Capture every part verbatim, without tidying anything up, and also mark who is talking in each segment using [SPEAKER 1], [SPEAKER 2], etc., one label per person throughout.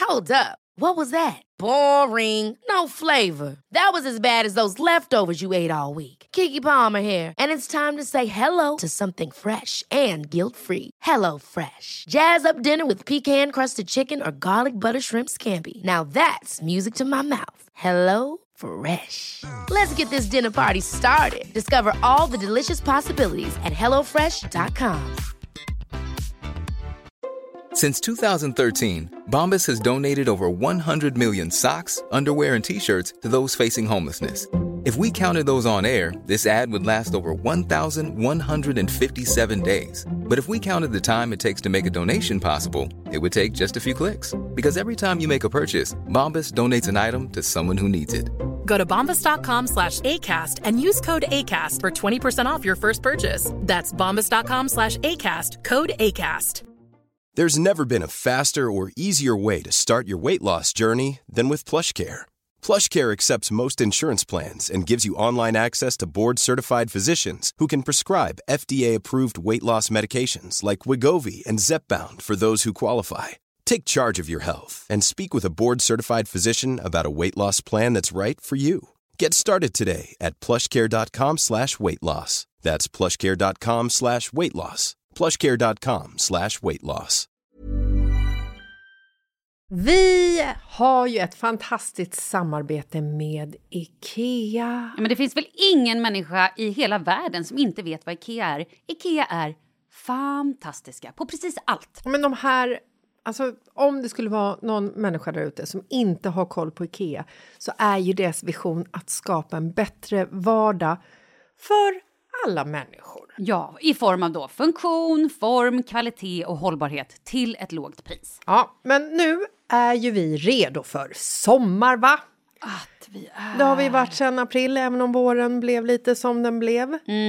[SPEAKER 1] Hold up. What was that? Boring. No flavor. That was as bad as those leftovers you ate all week. Keke Palmer here, and it's time to say hello to something fresh and guilt-free. Hello Fresh. Jazz up dinner with pecan-crusted chicken or garlic butter shrimp scampi. Now that's music to my mouth. Hello Fresh. Let's get this dinner party started. Discover all the delicious possibilities at hello fresh dot com.
[SPEAKER 2] Since two thousand thirteen, Bombas has donated over one hundred million socks, underwear, and T-shirts to those facing homelessness. If we counted those on air, this ad would last over one thousand one hundred fifty-seven days. But if we counted the time it takes to make a donation possible, it would take just a few clicks. Because every time you make a purchase, Bombas donates an item to someone who needs it.
[SPEAKER 3] Go to bombas.com slash ACAST and use code ACAST for twenty percent off your first purchase. That's bombas.com slash ACAST, code ACAST.
[SPEAKER 4] There's never been a faster or easier way to start your weight loss journey than with PlushCare. PlushCare accepts most insurance plans and gives you online access to board-certified physicians who can prescribe F D A-approved weight loss medications like Wegovy and Zepbound for those who qualify. Take charge of your health and speak with a board-certified physician about a weight loss plan that's right for you. Get started today at plushcare.com slash weight loss. That's plushcare.com slash weight loss. plushcare.com slash weight loss.
[SPEAKER 5] Vi har ju ett fantastiskt samarbete med IKEA.
[SPEAKER 6] Ja, men det finns väl ingen människa i hela världen som inte vet vad IKEA är. IKEA är fantastiska på precis allt.
[SPEAKER 5] Men de här, alltså om det skulle vara någon människa där ute som inte har koll på IKEA, så är ju deras vision att skapa en bättre vardag för alla människor.
[SPEAKER 6] Ja, i form av då funktion, form, kvalitet och hållbarhet till ett lågt pris.
[SPEAKER 5] Ja, men nu är ju vi redo för sommar, va?
[SPEAKER 6] Att vi är...
[SPEAKER 5] Det har vi varit sedan april, även om våren blev lite som den blev.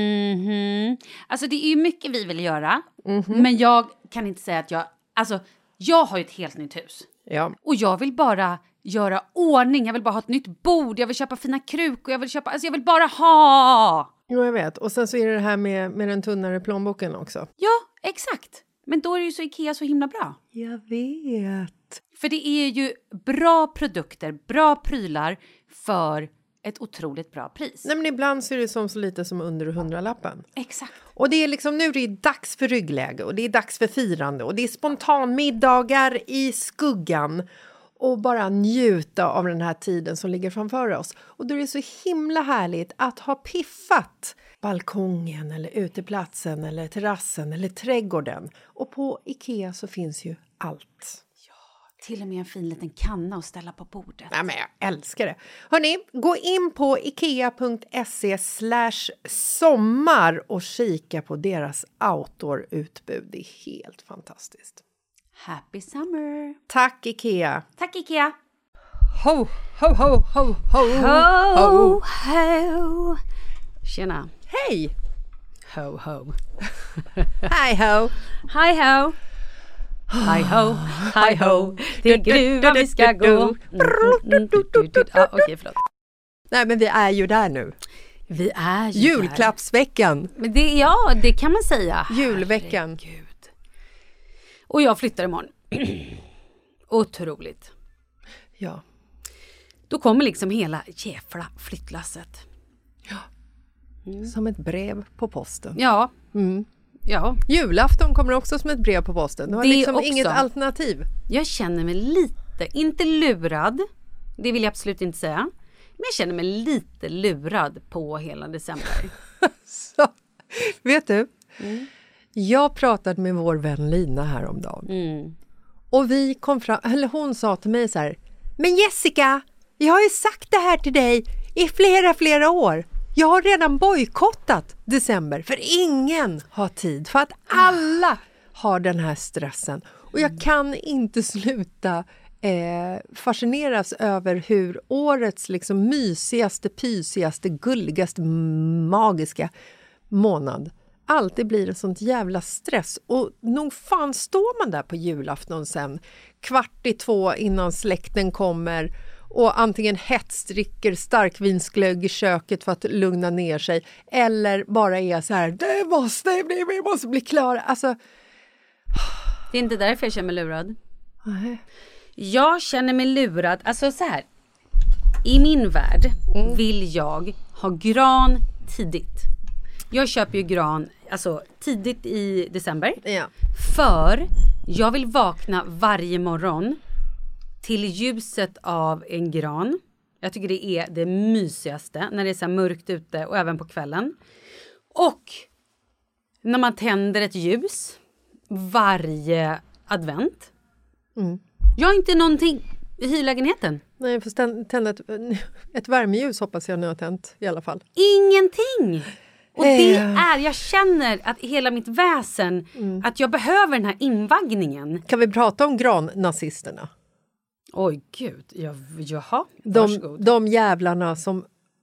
[SPEAKER 6] Mhm. Alltså det är ju mycket vi vill göra.
[SPEAKER 5] Mm-hmm.
[SPEAKER 6] Men jag kan inte säga att jag... Alltså, jag har ju ett helt nytt hus.
[SPEAKER 5] Ja.
[SPEAKER 6] Och jag vill bara göra ordning. Jag vill bara ha ett nytt bord. Jag vill köpa fina krukor. Jag vill köpa... Alltså jag vill bara ha...
[SPEAKER 5] Jo, jag vet. Och sen så är det det här med, med den tunnare plånboken också.
[SPEAKER 6] Ja, exakt. Men då är det ju så IKEA så himla bra.
[SPEAKER 5] Jag vet.
[SPEAKER 6] För det är ju bra produkter, bra prylar för ett otroligt bra pris.
[SPEAKER 5] Nej, men ibland så är det som så lite som under hundralappen.
[SPEAKER 6] Exakt.
[SPEAKER 5] Och det är liksom, nu är det dags för ryggläge och det är dags för firande. Och det är spontanmiddagar i skuggan. Och bara njuta av den här tiden som ligger framför oss. Och då är det så himla härligt att ha piffat balkongen eller uteplatsen eller terrassen eller trädgården. Och på IKEA så finns ju allt.
[SPEAKER 6] Ja, till och med en fin liten kanna att ställa på bordet.
[SPEAKER 5] Ja, men jag älskar det. Hörrni, gå in på ikea.se slash sommar och kika på deras outdoor-utbud. Det är helt fantastiskt.
[SPEAKER 6] Happy summer!
[SPEAKER 5] Tack IKEA!
[SPEAKER 6] Tack IKEA!
[SPEAKER 5] Ho, ho, ho, ho, ho,
[SPEAKER 6] ho, ho. Tjena!
[SPEAKER 5] Hej!
[SPEAKER 6] Ho, ho.
[SPEAKER 5] Hej ho!
[SPEAKER 6] Hej ho! Hej ho, hej ho. Tycker du vad vi ska gå? Mm, mm, mm, ah, okej, förlåt.
[SPEAKER 5] Nej, men vi är ju där nu.
[SPEAKER 6] Vi är ju
[SPEAKER 5] Julklappsveckan.
[SPEAKER 6] Där. Men det, ja, det kan man säga.
[SPEAKER 5] Julveckan.
[SPEAKER 6] Herregud. Och jag flyttar imorgon. Otroligt.
[SPEAKER 5] Ja.
[SPEAKER 6] Då kommer liksom hela jävla flyttlasset.
[SPEAKER 5] Ja. Mm. Som ett brev på posten.
[SPEAKER 6] Ja.
[SPEAKER 5] Mm.
[SPEAKER 6] Ja.
[SPEAKER 5] Julafton kommer också som ett brev på posten. Du har
[SPEAKER 6] det
[SPEAKER 5] liksom
[SPEAKER 6] också.
[SPEAKER 5] Inget alternativ.
[SPEAKER 6] Jag känner mig lite, inte lurad. Det vill jag absolut inte säga. Men jag känner mig lite lurad på hela december.
[SPEAKER 5] Så, vet du? Mm. Jag pratade med vår vän Lina häromdagen.
[SPEAKER 6] Mm.
[SPEAKER 5] Och vi kom fram, eller hon sa till mig så här: men Jessica, jag har ju sagt det här till dig i flera, flera år. Jag har redan bojkottat december för ingen har tid. För att alla har den här stressen. Och jag kan inte sluta eh, fascineras över hur årets liksom mysigaste, pysigaste, gulligaste, magiska månad alltid blir ett sånt jävla stress. Och nog fan står man där på julafton sen, kvart i två innan släkten kommer och antingen hetsdricker starkvinsglögg i köket för att lugna ner sig, eller bara är så här: det måste bli, vi måste bli klara. Alltså,
[SPEAKER 6] det är inte därför jag känner mig lurad.
[SPEAKER 5] Nej.
[SPEAKER 6] Jag känner mig lurad. Alltså så här. I min värld mm. vill jag ha gran tidigt. Jag köper ju gran alltså tidigt i december.
[SPEAKER 5] Ja.
[SPEAKER 6] För jag vill vakna varje morgon till ljuset av en gran. Jag tycker det är det mysigaste när det är så här mörkt ute och även på kvällen. Och när man tänder ett ljus varje advent. Mm. Jag har inte någonting i hyrlägenheten.
[SPEAKER 5] Nej, jag får tända ett, ett värmeljus hoppas jag nu har tänt i alla fall.
[SPEAKER 6] Ingenting! Och det är, jag känner att hela mitt väsen, mm. att jag behöver den här invaggningen.
[SPEAKER 5] Kan vi prata om grannazisterna?
[SPEAKER 6] Oj gud, jag, jaha,
[SPEAKER 5] de, de jävlarna som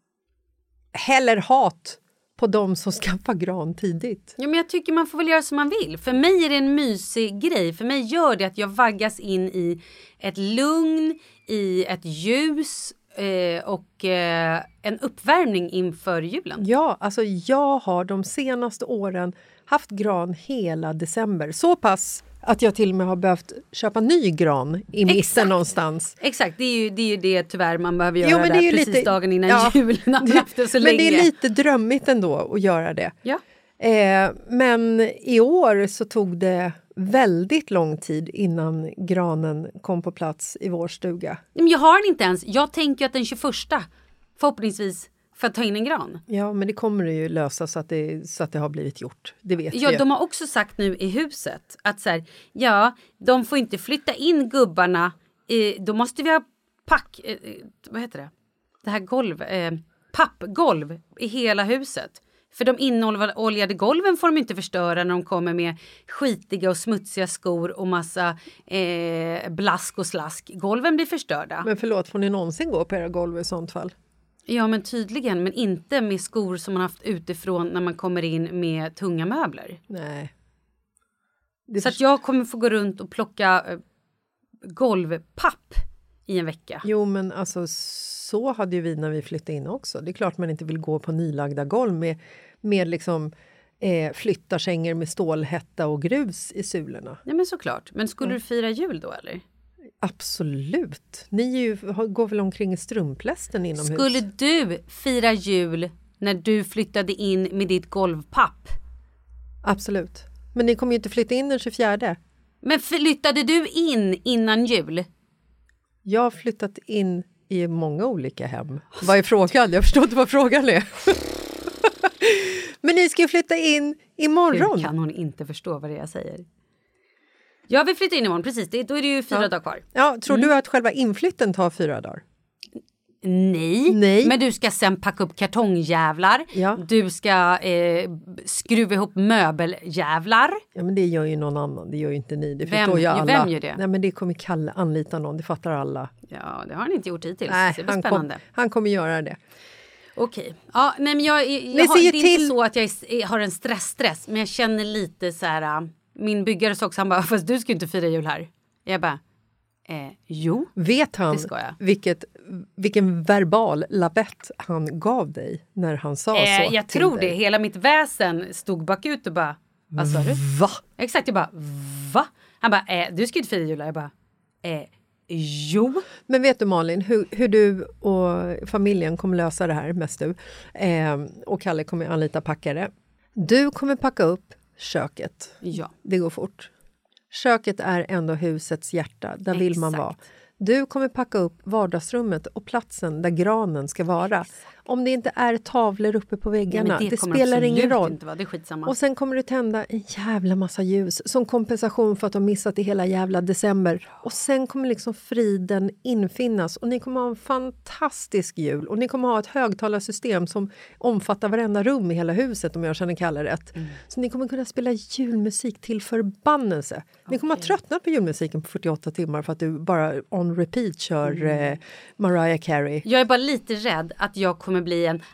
[SPEAKER 5] häller hat på de som skaffar gran tidigt.
[SPEAKER 6] Ja, men jag tycker man får väl göra som man vill. För mig är det en mysig grej. För mig gör det att jag vaggas in i ett lugn, i ett ljus eh, och eh, en uppvärmning inför julen.
[SPEAKER 5] Ja, alltså jag har de senaste åren haft gran hela december. Så pass att jag till och med har behövt köpa ny gran i mitten Exakt. någonstans.
[SPEAKER 6] Exakt, det är, ju, det är ju det tyvärr man behöver göra
[SPEAKER 5] jo, men det är ju
[SPEAKER 6] precis
[SPEAKER 5] lite,
[SPEAKER 6] dagen innan
[SPEAKER 5] ja,
[SPEAKER 6] jul. När man haft det så
[SPEAKER 5] men
[SPEAKER 6] länge.
[SPEAKER 5] det är lite drömmigt ändå att göra det.
[SPEAKER 6] Ja.
[SPEAKER 5] Eh, men i år så tog det väldigt lång tid innan granen kom på plats i vår stuga.
[SPEAKER 6] Men jag har den inte ens. Jag tänker att den tjugoförsta förhoppningsvis för att ta in en gran.
[SPEAKER 5] Ja, men det kommer det ju lösa så att det, så att det har blivit gjort. Det vet
[SPEAKER 6] ja,
[SPEAKER 5] vi.
[SPEAKER 6] De har också sagt nu i huset att så här, ja, de får inte flytta in gubbarna. Eh, då måste vi ha pack, eh, vad heter det? Det här golv, eh, pappgolv i hela huset. För de inoljade golven får de inte förstöra när de kommer med skitiga och smutsiga skor och massa eh, blask och slask. Golven blir förstörda.
[SPEAKER 5] Men förlåt, får ni någonsin gå på era golv i sånt fall?
[SPEAKER 6] Ja, men tydligen. Men inte med skor som man haft utifrån när man kommer in med tunga möbler.
[SPEAKER 5] Nej.
[SPEAKER 6] Det så att jag kommer få gå runt och plocka eh, golvpapp i en vecka.
[SPEAKER 5] Jo, men alltså så hade ju vi när vi flyttade in också. Det är klart man inte vill gå på nylagda golv med, med liksom eh, flyttarsänger med stålhätta och grus i sulorna.
[SPEAKER 6] Nej, men såklart. Men skulle mm. du fira jul då, eller?
[SPEAKER 5] Absolut. Ni ju, går väl omkring i strumplästen inomhus.
[SPEAKER 6] Skulle du fira jul när du flyttade in med ditt golvpapp?
[SPEAKER 5] Absolut. Men ni kommer ju inte flytta in den tjugofjärde.
[SPEAKER 6] Men flyttade du in innan jul?
[SPEAKER 5] Jag har flyttat in i många olika hem. Vad är frågan? Jag förstår inte vad frågan är. Men ni ska ju flytta in imorgon.
[SPEAKER 6] Hur kan hon inte förstå vad det är jag säger? Jag vill flytta in imorgon, precis. Det, då är det ju fyra
[SPEAKER 5] ja.
[SPEAKER 6] dagar kvar.
[SPEAKER 5] Ja, tror mm. du att själva inflytten tar fyra dagar?
[SPEAKER 6] Nej.
[SPEAKER 5] Nej,
[SPEAKER 6] men du ska sen packa upp kartongjävlar.
[SPEAKER 5] Ja.
[SPEAKER 6] Du ska eh, skruva ihop möbeljävlar.
[SPEAKER 5] Ja, men det gör ju någon annan. Det gör ju inte ni. Det
[SPEAKER 6] vem,
[SPEAKER 5] förstår ju alla.
[SPEAKER 6] Vem gör det?
[SPEAKER 5] Nej, men det kommer Kalle anlita någon. Det fattar alla.
[SPEAKER 6] Ja, det har han inte gjort hittills.
[SPEAKER 5] Nej,
[SPEAKER 6] det blir
[SPEAKER 5] han,
[SPEAKER 6] spännande.
[SPEAKER 5] kom, han kommer göra det.
[SPEAKER 6] Okej. Ja, nej, men jag, jag, jag har, det är
[SPEAKER 5] till...
[SPEAKER 6] inte så att jag är, har en stress-stress. Men jag känner lite så här... Min byggare sa också, han bara, fast du ska inte fira jul här. Jag bara, eh, jo.
[SPEAKER 5] Vet han vilket, vilken verbal labett han gav dig när han sa
[SPEAKER 6] eh,
[SPEAKER 5] så
[SPEAKER 6] Jag
[SPEAKER 5] till
[SPEAKER 6] tror
[SPEAKER 5] dig.
[SPEAKER 6] det. Hela mitt väsen stod bakut och bara, vad sa du?
[SPEAKER 5] Va?
[SPEAKER 6] Exakt, jag bara, va? Han bara, eh, du ska inte fira jul här. Jag bara, eh, jo.
[SPEAKER 5] Men vet du Malin, hur, hur du och familjen kommer lösa det här, mest du. Eh, och Kalle kommer anlita packare. Du kommer packa upp köket.
[SPEAKER 6] Ja.
[SPEAKER 5] Det går fort. Köket är ändå husets hjärta. Där
[SPEAKER 6] Exakt.
[SPEAKER 5] vill man vara. Du kommer packa upp vardagsrummet och platsen där granen ska vara. Exakt. Om det inte är tavlor uppe på väggarna,
[SPEAKER 6] Nej, det,
[SPEAKER 5] det spelar ingen roll.
[SPEAKER 6] Inte, va? Det är skitsamma.
[SPEAKER 5] Och sen kommer du tända en jävla massa ljus som kompensation för att de missat i hela jävla december. Och sen kommer liksom friden infinnas och ni kommer ha en fantastisk jul. Och ni kommer ha ett högtalarsystem som omfattar varenda rum i hela huset, om jag känner Kalle rätt. Mm. Så ni kommer kunna spela julmusik till förbannelse. Okay. Ni kommer ha tröttnat på julmusiken på fyrtioåtta timmar för att du bara on repeat kör mm. eh, Mariah Carey.
[SPEAKER 6] Jag är bara lite rädd att jag kommer bli en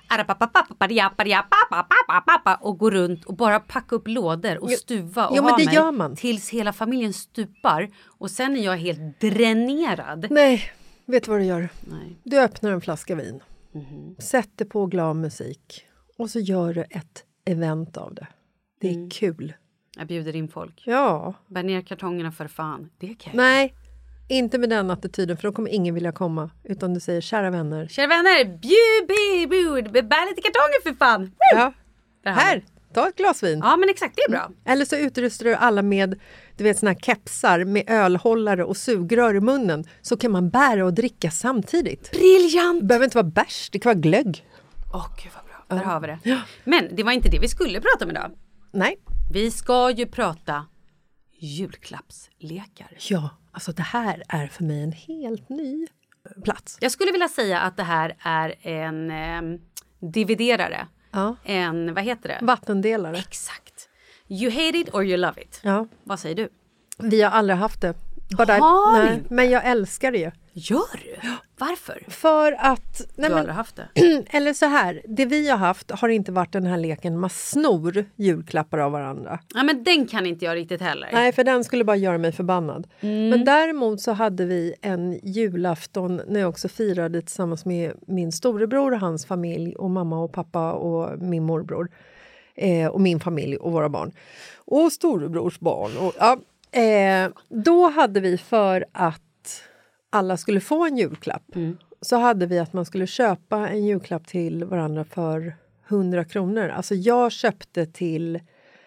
[SPEAKER 6] och gå runt och bara packa upp lådor och stuva och
[SPEAKER 5] jo, men
[SPEAKER 6] ha
[SPEAKER 5] det
[SPEAKER 6] mig
[SPEAKER 5] gör man.
[SPEAKER 6] tills hela familjen stupar och sen är jag helt dränerad.
[SPEAKER 5] Nej, vet du vad du gör?
[SPEAKER 6] Nej.
[SPEAKER 5] Du öppnar en flaska vin.
[SPEAKER 6] Mm-hmm.
[SPEAKER 5] Sätter på glad musik och så gör du ett event av det. Det är mm. kul.
[SPEAKER 6] Jag bjuder in folk.
[SPEAKER 5] Ja.
[SPEAKER 6] Bär ner kartongerna för fan. Det är kul.
[SPEAKER 5] Nej. Inte med den attityden, för då kommer ingen vilja komma. Utan du säger, kära vänner.
[SPEAKER 6] Kära vänner, bjud, bjud, bär lite kartonger för fan.
[SPEAKER 5] Ja.
[SPEAKER 6] Där har
[SPEAKER 5] Här,
[SPEAKER 6] vi.
[SPEAKER 5] ta ett glas vin.
[SPEAKER 6] Ja, men exakt, det är bra.
[SPEAKER 5] Eller så utrustar du alla med, du vet, såna här kepsar med ölhållare och sugrör i munnen. Så kan man bära och dricka samtidigt.
[SPEAKER 6] Briljant!
[SPEAKER 5] Det behöver inte vara bärs, det kan vara glögg.
[SPEAKER 6] Åh, gud vad bra. Där har vi det. Men det var inte det vi skulle prata om idag.
[SPEAKER 5] Nej.
[SPEAKER 6] Vi ska ju prata julklappslekar.
[SPEAKER 5] Ja, alltså det här är för mig en helt ny plats.
[SPEAKER 6] Jag skulle vilja säga att det här är en eh, dividerare.
[SPEAKER 5] Ja.
[SPEAKER 6] En, vad heter det?
[SPEAKER 5] Vattendelare.
[SPEAKER 6] Exakt. You hate it or you love it.
[SPEAKER 5] Ja.
[SPEAKER 6] Vad säger du?
[SPEAKER 5] Vi har aldrig haft det. But I,
[SPEAKER 6] Har
[SPEAKER 5] nej,
[SPEAKER 6] inte?
[SPEAKER 5] men jag älskar det.
[SPEAKER 6] Gör du? Varför?
[SPEAKER 5] För att...
[SPEAKER 6] Du
[SPEAKER 5] Nej,
[SPEAKER 6] har
[SPEAKER 5] men,
[SPEAKER 6] aldrig haft det.
[SPEAKER 5] eller så här, det vi har haft har inte varit den här leken man snor julklappar av varandra.
[SPEAKER 6] Ja, men den kan inte jag riktigt heller.
[SPEAKER 5] Nej, för den skulle bara göra mig förbannad.
[SPEAKER 6] Mm.
[SPEAKER 5] Men däremot så hade vi en julafton när jag också firade tillsammans med min storebror och hans familj och mamma och pappa och min morbror. Eh, och min familj och våra barn. Och storebrors barn. Och, ja, eh, då hade vi för att alla skulle få en julklapp.
[SPEAKER 6] Mm.
[SPEAKER 5] Så hade vi att man skulle köpa en julklapp till varandra för hundra kronor. Alltså jag köpte till...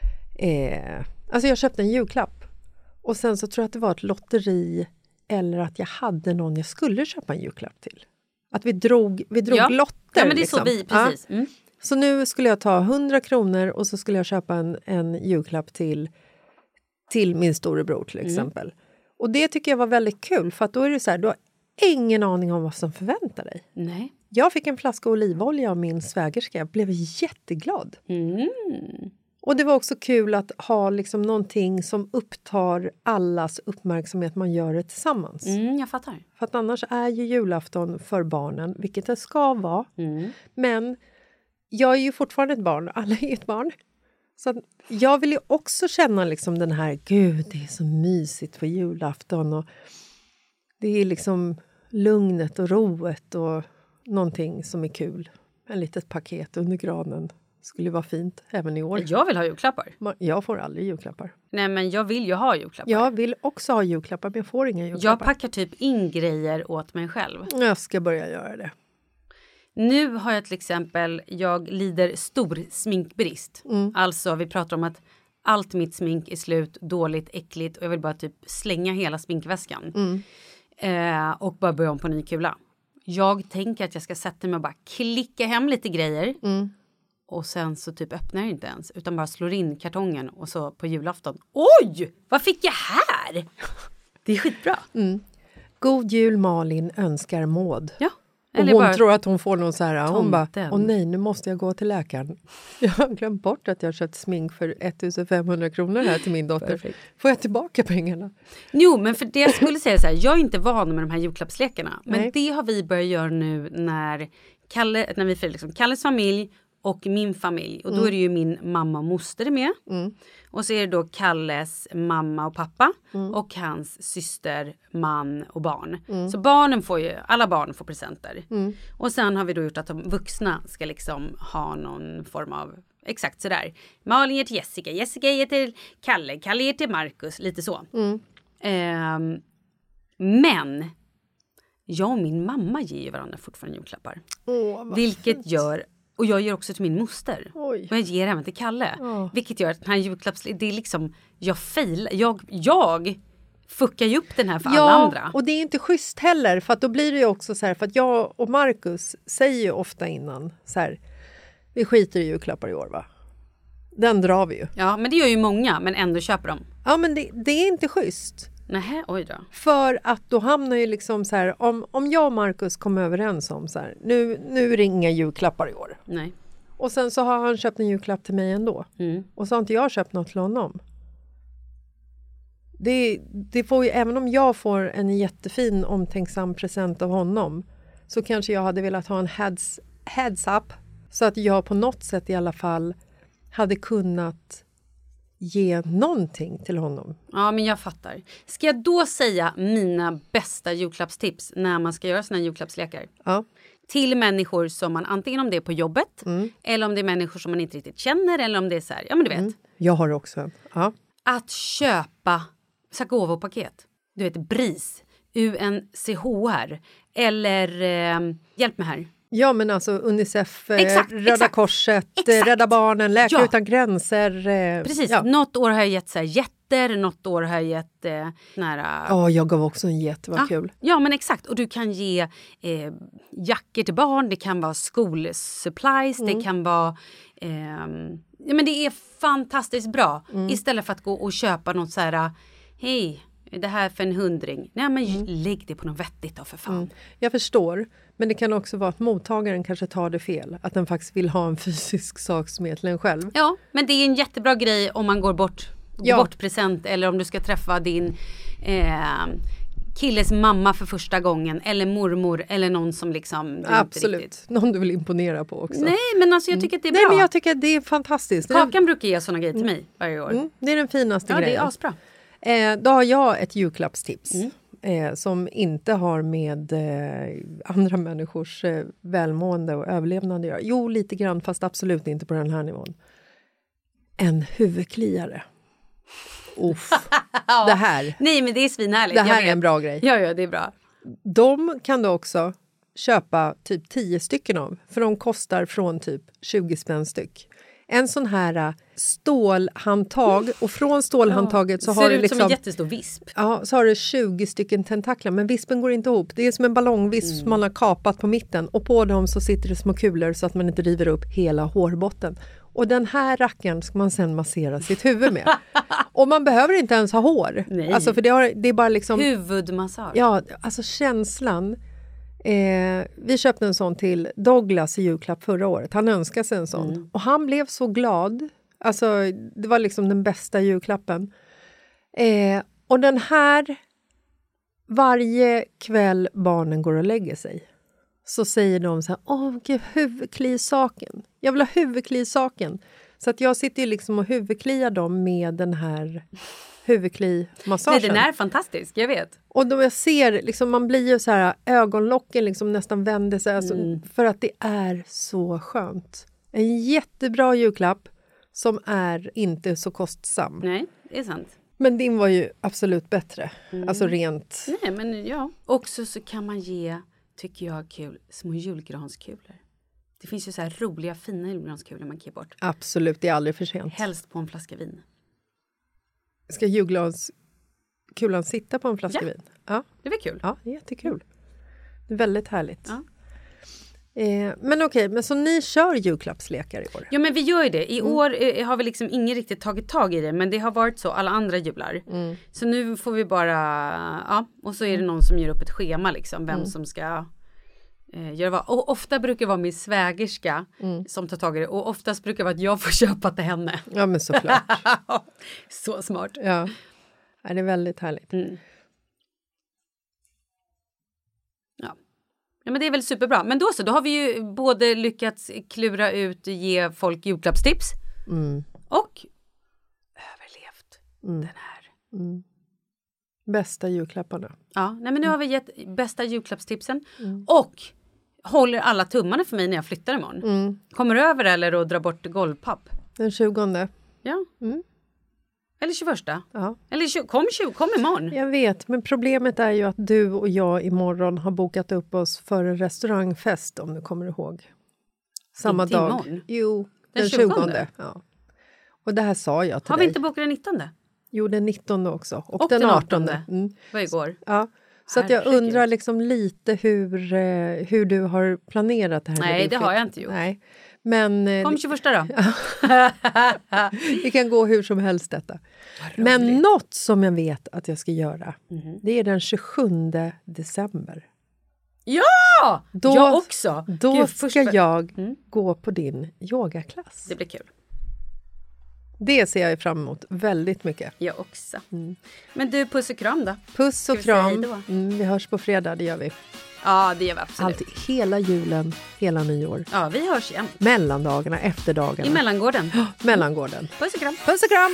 [SPEAKER 5] Eh, alltså jag köpte en julklapp. Och sen så tror jag att det var ett lotteri. Eller att jag hade någon jag skulle köpa en julklapp till. Att vi drog, vi drog
[SPEAKER 6] Ja.
[SPEAKER 5] lotter.
[SPEAKER 6] Ja, men det är
[SPEAKER 5] liksom.
[SPEAKER 6] så vi, precis.
[SPEAKER 5] Ja.
[SPEAKER 6] Mm.
[SPEAKER 5] Så nu skulle jag ta hundra kronor och så skulle jag köpa en, en julklapp till, till min storebror till exempel. Mm. Och det tycker jag var väldigt kul, för att då är det så här, du har ingen aning om vad som förväntar dig.
[SPEAKER 6] Nej.
[SPEAKER 5] Jag fick en flaska olivolja av min svägerska, jag blev jätteglad.
[SPEAKER 6] Mm.
[SPEAKER 5] Och det var också kul att ha liksom någonting som upptar allas uppmärksamhet, man gör det tillsammans.
[SPEAKER 6] Mm, jag fattar.
[SPEAKER 5] För att annars är ju julafton för barnen, vilket det ska vara.
[SPEAKER 6] Mm.
[SPEAKER 5] Men jag är ju fortfarande ett barn, alla är ju ett barn. Så att jag vill ju också känna liksom den här, gud det är så mysigt på julafton. Och det är liksom lugnet och roet och någonting som är kul. En litet paket under granen skulle vara fint även i år.
[SPEAKER 6] Jag vill ha julklappar.
[SPEAKER 5] Jag får aldrig julklappar.
[SPEAKER 6] Nej, men jag vill ju ha julklappar.
[SPEAKER 5] Jag vill också ha julklappar, men jag får inga julklappar.
[SPEAKER 6] Jag packar typ in grejer åt mig själv.
[SPEAKER 5] Jag ska börja göra det.
[SPEAKER 6] Nu har jag till exempel, jag lider stor sminkbrist.
[SPEAKER 5] Mm.
[SPEAKER 6] Alltså vi pratar om att allt mitt smink är slut, dåligt, äckligt och jag vill bara typ slänga hela sminkväskan.
[SPEAKER 5] Mm.
[SPEAKER 6] Eh, och bara börja om på ny kula. Jag tänker att jag ska sätta mig och bara klicka hem lite grejer.
[SPEAKER 5] Mm.
[SPEAKER 6] Och sen så typ öppnar jag inte ens, utan bara slår in kartongen och så på julafton. Oj! Vad fick jag här? Det är skitbra.
[SPEAKER 5] Mm. God jul Malin önskar Maud.
[SPEAKER 6] Ja.
[SPEAKER 5] Och
[SPEAKER 6] Eller
[SPEAKER 5] hon
[SPEAKER 6] bara
[SPEAKER 5] tror att hon får någon så här, hon bara,
[SPEAKER 6] tomten.
[SPEAKER 5] åh nej nu måste jag gå till läkaren. Jag har glömt bort att jag har köpt smink för ettusenfemhundra kronor här till min dotter.
[SPEAKER 6] Perfekt.
[SPEAKER 5] Får jag tillbaka pengarna?
[SPEAKER 6] Jo, men för det jag skulle säga så här, jag är inte van med de här julklappslekarna. Men
[SPEAKER 5] Nej.
[SPEAKER 6] det har vi börjat göra nu när Kalle, när vi firar liksom Kalles familj och min familj. Och då
[SPEAKER 5] Mm.
[SPEAKER 6] är det ju min mamma och moster med.
[SPEAKER 5] Mm.
[SPEAKER 6] Och så är det då Kalles mamma och pappa.
[SPEAKER 5] Mm.
[SPEAKER 6] Och hans syster, man och barn.
[SPEAKER 5] Mm.
[SPEAKER 6] Så barnen får ju, alla barn får presenter.
[SPEAKER 5] Mm.
[SPEAKER 6] Och sen har vi då gjort att de vuxna ska liksom ha någon form av, exakt sådär. Malin ger till Jessica, Jessica ger till Kalle, Kalle ger till Marcus, lite så.
[SPEAKER 5] Mm.
[SPEAKER 6] Ehm, men jag och min mamma ger ju varandra fortfarande julklappar.
[SPEAKER 5] Åh, vad
[SPEAKER 6] Vilket
[SPEAKER 5] fint.
[SPEAKER 6] gör, och jag ger också till min moster.
[SPEAKER 5] Oj.
[SPEAKER 6] Och jag ger även till Kalle.
[SPEAKER 5] Ja.
[SPEAKER 6] Vilket gör att den här julklapps, det är liksom, jag fail, jag, jag fuckar ju upp den här för
[SPEAKER 5] Ja,
[SPEAKER 6] alla andra.
[SPEAKER 5] och det är inte schysst heller, för att då blir det ju också så här, för att jag och Marcus säger ju ofta innan så här, vi skiter i julklappar i år va? Den drar vi ju.
[SPEAKER 6] Ja, men det gör ju många, men ändå köper de.
[SPEAKER 5] Ja, men det, det är inte schysst.
[SPEAKER 6] Nähä, oj då.
[SPEAKER 5] För att då hamnar ju liksom så här, om, om jag och Marcus kommer överens om så här, nu, nu är det inga julklappar i år.
[SPEAKER 6] Nej.
[SPEAKER 5] Och sen så har han köpt en julklapp till mig ändå.
[SPEAKER 6] Mm.
[SPEAKER 5] Och så har inte jag köpt något till honom. Det, det får ju, även om jag får en jättefin omtänksam present av honom, så kanske jag hade velat ha en heads, heads up. Så att jag på något sätt i alla fall hade kunnat ge någonting till honom.
[SPEAKER 6] Ja, men jag fattar. Ska jag då säga mina bästa julklappstips när man ska göra såna här julklappslekar?
[SPEAKER 5] Ja.
[SPEAKER 6] Till människor som man, antingen om det är på jobbet,
[SPEAKER 5] Mm.
[SPEAKER 6] eller om det är människor som man inte riktigt känner, eller om det är så här, ja men du vet.
[SPEAKER 5] Mm. Jag har också en. Ja.
[SPEAKER 6] Att köpa så här gåvopaket. Du vet, BRIS. U N C H R eller eh, hjälp mig här.
[SPEAKER 5] Ja, men alltså Unicef, eh,
[SPEAKER 6] Exakt,
[SPEAKER 5] Röda
[SPEAKER 6] exakt,
[SPEAKER 5] Korset,
[SPEAKER 6] exakt.
[SPEAKER 5] Eh, Rädda Barnen, Läkare
[SPEAKER 6] Ja.
[SPEAKER 5] utan gränser. Eh,
[SPEAKER 6] Precis,
[SPEAKER 5] Ja.
[SPEAKER 6] något år har jag gett så här jätter, något år har jag gett eh, nära...
[SPEAKER 5] Ja, jag gav också en jätte, vad
[SPEAKER 6] Ja.
[SPEAKER 5] kul.
[SPEAKER 6] Ja, men exakt. Och du kan ge eh, jackor till barn, det kan vara skolsupplies,
[SPEAKER 5] Mm.
[SPEAKER 6] det kan vara... ehm, ja, men det är fantastiskt bra.
[SPEAKER 5] Mm.
[SPEAKER 6] Istället för att gå och köpa något så här, hej, det här för en hundring. Nej, men
[SPEAKER 5] Mm.
[SPEAKER 6] lägg det på något vettigt då för fan.
[SPEAKER 5] Jag förstår, men det kan också vara att mottagaren kanske tar det fel. Att den faktiskt vill ha en fysisk sak som är till en själv.
[SPEAKER 6] Ja, men det är en jättebra grej om man går bort, går
[SPEAKER 5] Ja.
[SPEAKER 6] bort present eller om du ska träffa din eh, killes mamma för första gången eller mormor eller någon som liksom... du inte
[SPEAKER 5] Absolut,
[SPEAKER 6] riktigt-
[SPEAKER 5] någon du vill imponera på också.
[SPEAKER 6] Nej, men alltså jag tycker att det är bra.
[SPEAKER 5] Nej, men jag tycker att det är fantastiskt. Det är,
[SPEAKER 6] Kakan brukar ge såna grejer till mig varje år.
[SPEAKER 5] mm, det är den finaste
[SPEAKER 6] Ja, det
[SPEAKER 5] grejen.
[SPEAKER 6] är asbra.
[SPEAKER 5] Eh, då har jag ett julklappstips
[SPEAKER 6] Mm.
[SPEAKER 5] eh, som inte har med eh, andra människors eh, välmående och överlevnad att göra. Jo, lite grann, fast absolut inte på den här nivån. En huvudkliare. Uff. Det här,
[SPEAKER 6] Nej, men det är svinhärligt.
[SPEAKER 5] det
[SPEAKER 6] jag
[SPEAKER 5] här är
[SPEAKER 6] vet.
[SPEAKER 5] en bra grej.
[SPEAKER 6] Ja, ja, det är bra.
[SPEAKER 5] De kan du också köpa typ tio stycken av. För de kostar från typ tjugo spänn styck. En sån här äh, stålhandtag. Och från stålhandtaget så
[SPEAKER 6] Ser
[SPEAKER 5] har
[SPEAKER 6] ut
[SPEAKER 5] du liksom...
[SPEAKER 6] som en jättestor visp.
[SPEAKER 5] Ja, så har du tjugo stycken tentaklar, men vispen går inte ihop. Det är som en ballongvisp
[SPEAKER 6] Mm.
[SPEAKER 5] som man har kapat på mitten. Och på dem så sitter det små kulor så att man inte river upp hela hårbotten. Och den här rackaren ska man sen massera sitt huvud med. Och man behöver inte ens ha hår.
[SPEAKER 6] Nej.
[SPEAKER 5] Alltså för det, har, det är bara liksom...
[SPEAKER 6] Huvudmassage.
[SPEAKER 5] Ja, alltså känslan. Eh, vi köpte en sån till Douglas i julklapp förra året. Han önskade sig en sån.
[SPEAKER 6] Mm.
[SPEAKER 5] Och han blev så glad. Alltså, det var liksom den bästa julklappen. Eh, och den här, varje kväll barnen går och lägger sig, så säger de så här, åh gud, huvudklisaken. Jag vill ha huvudklisaken. Så att jag sitter ju liksom och huvudkliar dem med den här huvudklimassagen.
[SPEAKER 6] Nej, den är fantastisk, jag vet.
[SPEAKER 5] Och då jag ser, liksom, man blir ju så här, ögonlocken liksom nästan vänder sig. Alltså,
[SPEAKER 6] Mm.
[SPEAKER 5] för att det är så skönt. En jättebra julklapp som är inte så kostsam.
[SPEAKER 6] Nej, det är sant.
[SPEAKER 5] Men din var ju absolut bättre.
[SPEAKER 6] Mm.
[SPEAKER 5] Alltså rent...
[SPEAKER 6] Nej, men ja. Också så kan man ge, tycker jag, kul, små julgranskulor. Det finns ju så här roliga, fina julgranskulor man kan ge bort.
[SPEAKER 5] Absolut, det är aldrig för sent.
[SPEAKER 6] Helst på en flaska vin.
[SPEAKER 5] Ska julgranskulan sitta på en flaska
[SPEAKER 6] Ja.
[SPEAKER 5] vin? Ja.
[SPEAKER 6] Det var kul.
[SPEAKER 5] Ja, det är jättekul. Det är väldigt härligt.
[SPEAKER 6] Ja.
[SPEAKER 5] Eh, men okej, men så ni kör julklappslekar i år?
[SPEAKER 6] Ja, men vi gör ju det. I
[SPEAKER 5] Mm.
[SPEAKER 6] år eh, har vi liksom ingen riktigt tagit tag i det. Men det har varit så alla andra jular.
[SPEAKER 5] Mm.
[SPEAKER 6] Så nu får vi bara... Ja, och så är det någon som gör upp ett schema liksom. Vem
[SPEAKER 5] Mm.
[SPEAKER 6] som ska eh, göra vad. Och ofta brukar det vara min svägerska
[SPEAKER 5] Mm.
[SPEAKER 6] som tar tag i det. Och oftast brukar det vara att jag får köpa till henne.
[SPEAKER 5] Ja, men såklart.
[SPEAKER 6] Så smart.
[SPEAKER 5] Ja. Ja, det är väldigt härligt.
[SPEAKER 6] Mm. Ja. Ja, men det är väl superbra. Men då så, då har vi ju både lyckats klura ut och ge folk julklappstips.
[SPEAKER 5] Mm.
[SPEAKER 6] Och överlevt
[SPEAKER 5] Mm.
[SPEAKER 6] den här.
[SPEAKER 5] Mm. Bästa julklapparna.
[SPEAKER 6] Ja, nej, men nu har vi gett bästa julklappstipsen.
[SPEAKER 5] Mm.
[SPEAKER 6] Och håller alla tummarna för mig när jag flyttar imorgon.
[SPEAKER 5] Mm.
[SPEAKER 6] Kommer över eller och drar bort golvpapp.
[SPEAKER 5] Den tjugonde.
[SPEAKER 6] Ja.
[SPEAKER 5] Mm.
[SPEAKER 6] Eller tjugoförsta.
[SPEAKER 5] Ja.
[SPEAKER 6] Eller tjugo, kom, tjugo, kom imorgon.
[SPEAKER 5] Jag vet, men problemet är ju att du och jag imorgon har bokat upp oss för en restaurangfest, om du kommer ihåg. Samma
[SPEAKER 6] Inte
[SPEAKER 5] dag.
[SPEAKER 6] imorgon?
[SPEAKER 5] Jo,
[SPEAKER 6] Den
[SPEAKER 5] den
[SPEAKER 6] tjugonde?
[SPEAKER 5] tjugonde. Ja. Och det här sa jag till
[SPEAKER 6] Har
[SPEAKER 5] dig.
[SPEAKER 6] vi inte bokat den nittonde?
[SPEAKER 5] Jo, den nittonde också. Och,
[SPEAKER 6] Och
[SPEAKER 5] den
[SPEAKER 6] den
[SPEAKER 5] artonde.
[SPEAKER 6] artonde.
[SPEAKER 5] Mm.
[SPEAKER 6] Vad igår?
[SPEAKER 5] Ja. Så att jag
[SPEAKER 6] Herregud.
[SPEAKER 5] undrar liksom lite hur, eh, hur du har planerat det här. med
[SPEAKER 6] Nej,
[SPEAKER 5] din
[SPEAKER 6] det
[SPEAKER 5] flytt.
[SPEAKER 6] har jag inte gjort.
[SPEAKER 5] Nej. Men eh,
[SPEAKER 6] Kom tjugoförsta då.
[SPEAKER 5] det kan gå hur som helst detta. Men något som jag vet att jag ska göra,
[SPEAKER 6] Mhm.
[SPEAKER 5] det är den tjugosjunde december.
[SPEAKER 6] Ja!
[SPEAKER 5] Då-
[SPEAKER 6] jag också.
[SPEAKER 5] Då
[SPEAKER 6] Gud,
[SPEAKER 5] ska
[SPEAKER 6] först-
[SPEAKER 5] jag
[SPEAKER 6] Mm.
[SPEAKER 5] gå på din yogaklass.
[SPEAKER 6] Det blir kul.
[SPEAKER 5] Det ser jag fram emot väldigt mycket.
[SPEAKER 6] Jag också.
[SPEAKER 5] Mm.
[SPEAKER 6] Men du, puss och kram då.
[SPEAKER 5] Puss och
[SPEAKER 6] vi säga hej
[SPEAKER 5] kram.
[SPEAKER 6] då?
[SPEAKER 5] Mm, vi hörs på fredag, det gör vi.
[SPEAKER 6] Ja, det gör vi absolut.
[SPEAKER 5] Alltid, hela julen, hela nyår.
[SPEAKER 6] Ja, vi hörs igen.
[SPEAKER 5] Mellandagarna, efterdagarna.
[SPEAKER 6] I mellangården.
[SPEAKER 5] Mellangården.
[SPEAKER 6] Puss och kram.
[SPEAKER 5] Puss och kram!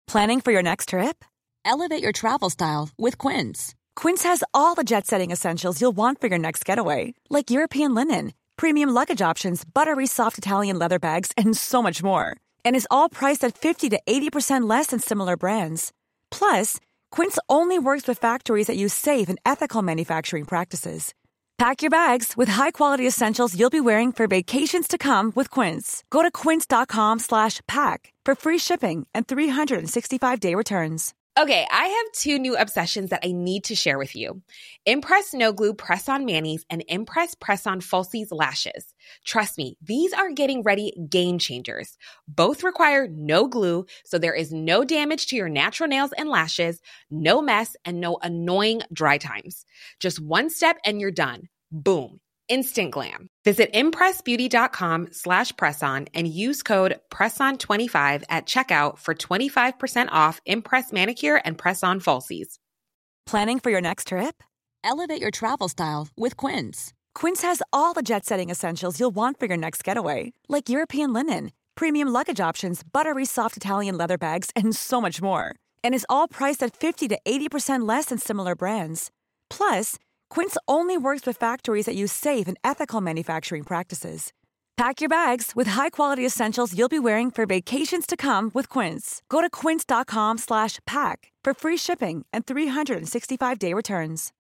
[SPEAKER 7] Planning for your next trip? Elevate your travel style with Quince. Quince has all the jet-setting essentials you'll want for your next getaway, like European linen, premium luggage options, buttery soft Italian leather bags, and so much more. And is all priced at fifty to eighty percent less than similar brands. Plus, Quince only works with factories that use safe and ethical manufacturing practices. Pack your bags with high-quality essentials you'll be wearing for vacations to come with Quince. Go to quince.com slash pack for free shipping and three sixty-five day returns.
[SPEAKER 8] Okay, I have two new obsessions that I need to share with you. Impress No Glue Press-On Manis and Impress Press-On Falsies Lashes. Trust me, these are getting ready game changers. Both require no glue, so there is no damage to your natural nails and lashes, no mess, and no annoying dry times. Just one step and you're done. Boom. Instant glam. Visit impressbeauty.com slash presson and use code presson twenty-five at checkout for twenty-five percent off Impress Manicure and Press-On Falsies.
[SPEAKER 7] Planning for your next trip? Elevate your travel style with Quince. Quince has all the jet-setting essentials you'll want for your next getaway, like European linen, premium luggage options, buttery soft Italian leather bags, and so much more. And is all priced at fifty to eighty percent less than similar brands. Plus, Quince only works with factories that use safe and ethical manufacturing practices. Pack your bags with high-quality essentials you'll be wearing for vacations to come with Quince. Go to quince.com slash pack for free shipping and three sixty-five day returns.